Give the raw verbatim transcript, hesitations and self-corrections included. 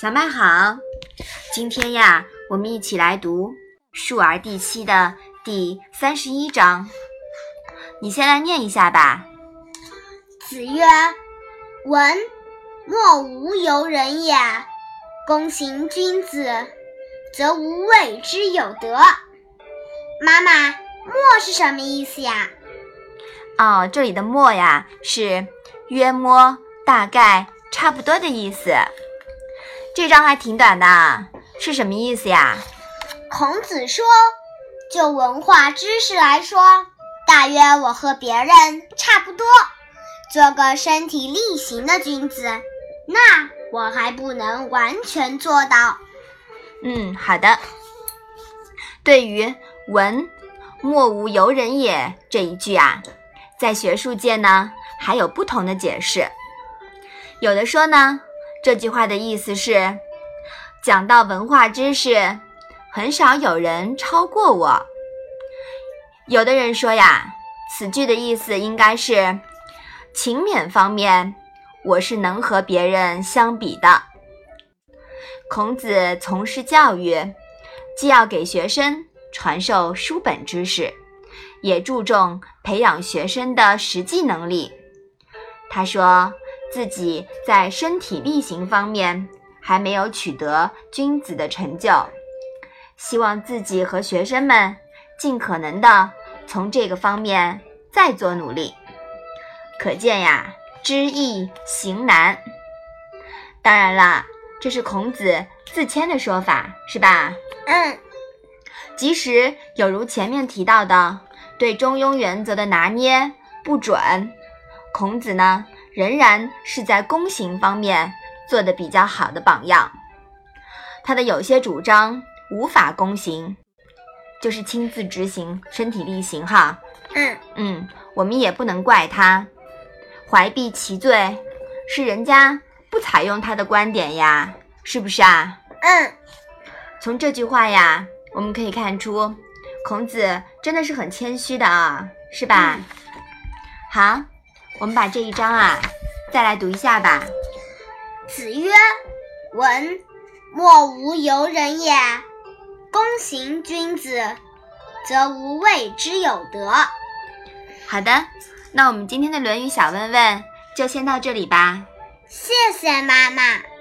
小麦好，今天呀，我们一起来读《述而》第七的第三十一章。你先来念一下吧。 子曰：闻，莫无尤人也。躬行君子，则无谓之有德。妈妈，莫是什么意思呀？ 哦，这里的莫呀，是约摸、大概、差不多的意思。这章还挺短的，是什么意思呀？ 孔子说，就文化知识来说，大约我和别人差不多，做个身体力行的君子，那我还不能完全做到。 嗯，好的。对于闻，莫无尤人也这一句啊，在学术界呢还有不同的解释。有的说呢，这句话的意思是，讲到文化知识，很少有人超过我。有的人说呀，此句的意思应该是，勤勉方面，我是能和别人相比的。孔子从事教育，既要给学生传授书本知识，也注重培养学生的实际能力。他说自己在身体力行方面还没有取得君子的成就，希望自己和学生们尽可能的从这个方面再做努力。可见呀，知易行难。当然啦，这是孔子自谦的说法，是吧？ 嗯。 即使有如前面提到的对中庸原则的拿捏不准，孔子呢仍然是在躬行方面做得比较好的榜样。他的有些主张无法躬行，就是亲自执行身体力行哈。 嗯嗯，我们也不能怪他，怀璧其罪，是人家不采用他的观点呀，是不是啊？ 嗯。 从这句话呀，我们可以看出，孔子真的是很谦虚的啊，是吧？嗯、好，我们把这一章啊，再来读一下吧。 子曰：闻，莫无尤人也。躬行君子，则无谓之有德。 好的，那我们今天的《论语》小问问就先到这里吧。 谢谢妈妈。